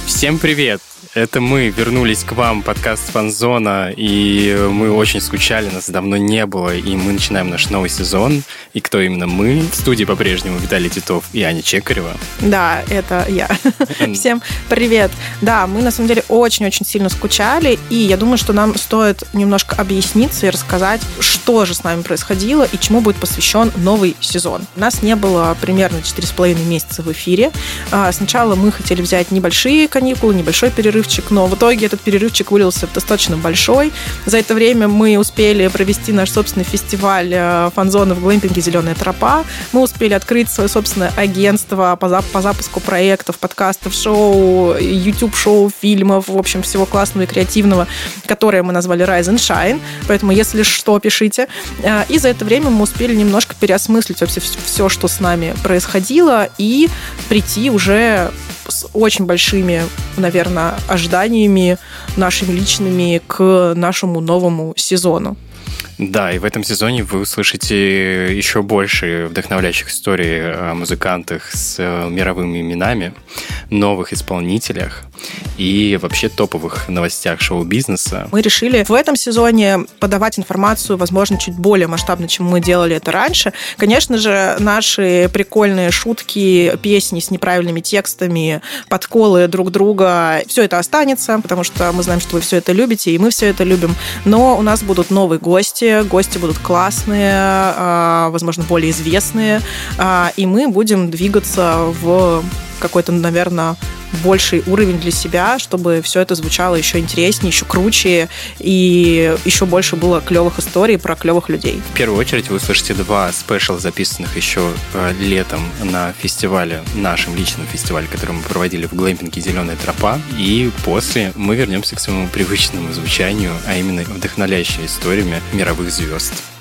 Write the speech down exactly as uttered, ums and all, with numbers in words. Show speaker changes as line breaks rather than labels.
Всем привет! Это мы вернулись к вам, подкаст «Фанзона», и мы очень скучали, нас давно не было, и мы начинаем наш новый сезон. И кто именно мы? В студии по-прежнему Виталий Титов и Аня Чекарева.
Да, это я. Всем привет. Да, мы на самом деле очень-очень сильно скучали, и я думаю, что нам стоит немножко объясниться и рассказать, что же с нами происходило и чему будет посвящен новый сезон. У нас не было примерно четыре с половиной месяца в эфире. Сначала мы хотели взять небольшие каникулы, небольшой перерыв, но в итоге этот перерывчик вылился в достаточно большой. За это время мы успели провести наш собственный фестиваль фан-зоны в глэмпинге «Зеленая тропа». Мы успели открыть свое собственное агентство по, зап- по запуску проектов, подкастов, шоу, YouTube-шоу, фильмов, в общем, всего классного и креативного, которое мы назвали Rise and Shine. Поэтому, если что, пишите. И за это время мы успели немножко переосмыслить вообще все, что с нами происходило, и прийти уже с очень большими, наверное, ожиданиями нашими личными к нашему новому сезону.
Да, и в этом сезоне вы услышите еще больше вдохновляющих историй о музыкантах с мировыми именами, новых исполнителях и вообще топовых новостях шоу-бизнеса.
Мы решили в этом сезоне подавать информацию, возможно, чуть более масштабно, чем мы делали это раньше. Конечно же, наши прикольные шутки, песни с неправильными текстами, подколы друг друга, все это останется, потому что мы знаем, что вы все это любите, и мы все это любим. Но у нас будут новые гости, гости будут классные, возможно, более известные, и мы будем двигаться в какой-то, наверное, больший уровень для себя, чтобы все это звучало еще интереснее, еще круче, и еще больше было клевых историй про клевых людей.
В первую очередь вы услышите два спешла, записанных еще летом на фестивале, нашем личном фестивале, который мы проводили в глэмпинге «Зеленая тропа». И после мы вернемся к своему привычному звучанию, а именно вдохновляющими историями мировых звезд.